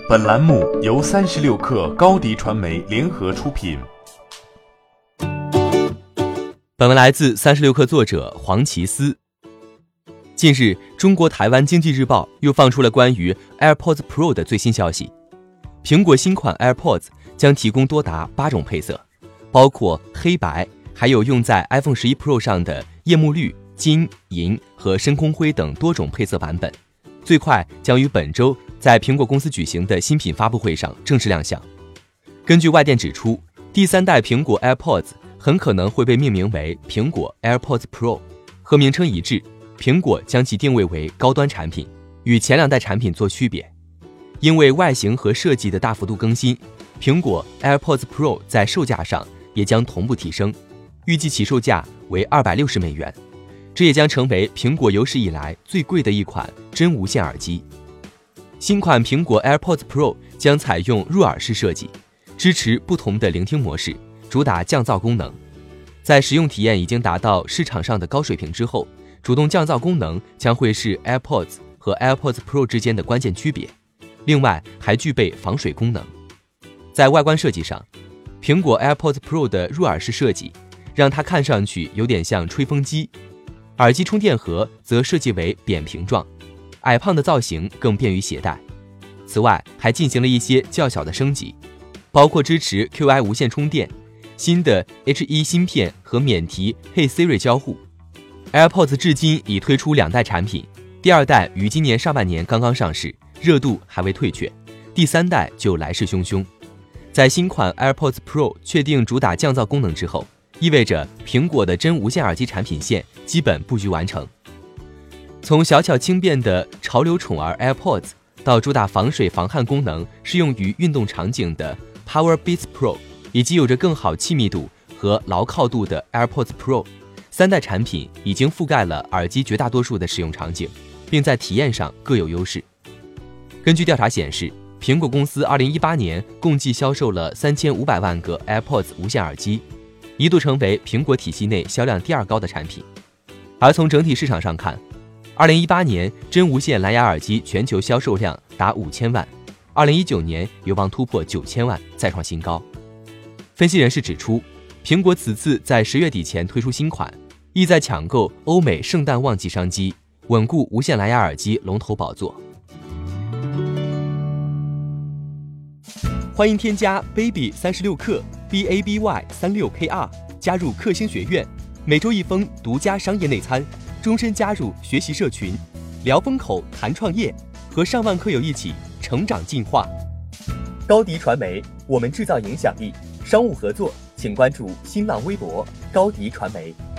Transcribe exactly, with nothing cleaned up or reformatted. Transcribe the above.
本栏目由三十六氪高迪传媒联合出品。 本文来自三十六氪作者黄奇思。近日，中国台湾经济日报又放出了关于 AirPods Pro 的最新消息。苹果新款 AirPods 将提供多达八种配色，包括黑白，还有用在 iPhone 十一 Pro 上的夜幕绿、金、银和深空灰等多种配色版本。最快将于本周在苹果公司举行的新品发布会上正式亮相。根据外电指出，第三代苹果 AirPods 很可能会被命名为苹果 AirPods Pro， 和名称一致，苹果将其定位为高端产品，与前两代产品做区别。因为外形和设计的大幅度更新，苹果 AirPods Pro 在售价上也将同步提升，预计起售价为二百六十美元。这也将成为苹果有史以来最贵的一款真无线耳机。新款苹果 AirPods Pro 将采用入耳式设计，支持不同的聆听模式，主打降噪功能。在使用体验已经达到市场上的高水平之后，主动降噪功能将会是 AirPods 和 AirPods Pro 之间的关键区别。另外还具备防水功能。在外观设计上，苹果 AirPods Pro 的入耳式设计让它看上去有点像吹风机，耳机充电盒则设计为扁平状，矮胖的造型更便于携带。此外还进行了一些较小的升级，包括支持 Q I 无线充电、新的 H 一 芯片和免提 Hey Siri 交互。 AirPods 至今已推出两代产品，第二代于今年上半年刚刚上市，热度还未退却，第三代就来势汹汹。在新款 AirPods Pro 确定主打降噪功能之后，意味着苹果的真无线耳机产品线基本布局完成。从小巧轻便的潮流宠儿 AirPods 到主打防水防汗功能适用于运动场景的 Powerbeats Pro， 以及有着更好气密度和牢靠度的 AirPods Pro， 三代产品已经覆盖了耳机绝大多数的使用场景，并在体验上各有优势。根据调查显示，苹果公司二零一八年共计销售了三千五百万个 AirPods 无线耳机，一度成为苹果体系内销量第二高的产品。而从整体市场上看，二零一八年真无线蓝牙耳机全球销售量达五千万，二零一九年有望突破九千万，再创新高。分析人士指出，苹果此次在十月底前推出新款，意在抢购欧美圣诞旺季商机，稳固无线蓝牙耳机龙头宝座。欢迎添加 baby 三十六克 B A B Y 三六 K R 加入克星学院，每周一封独家商业内参，终身加入学习社群，聊风口谈创业，和上万课友一起成长进化。高迪传媒，我们制造影响力。商务合作请关注新浪微博高迪传媒。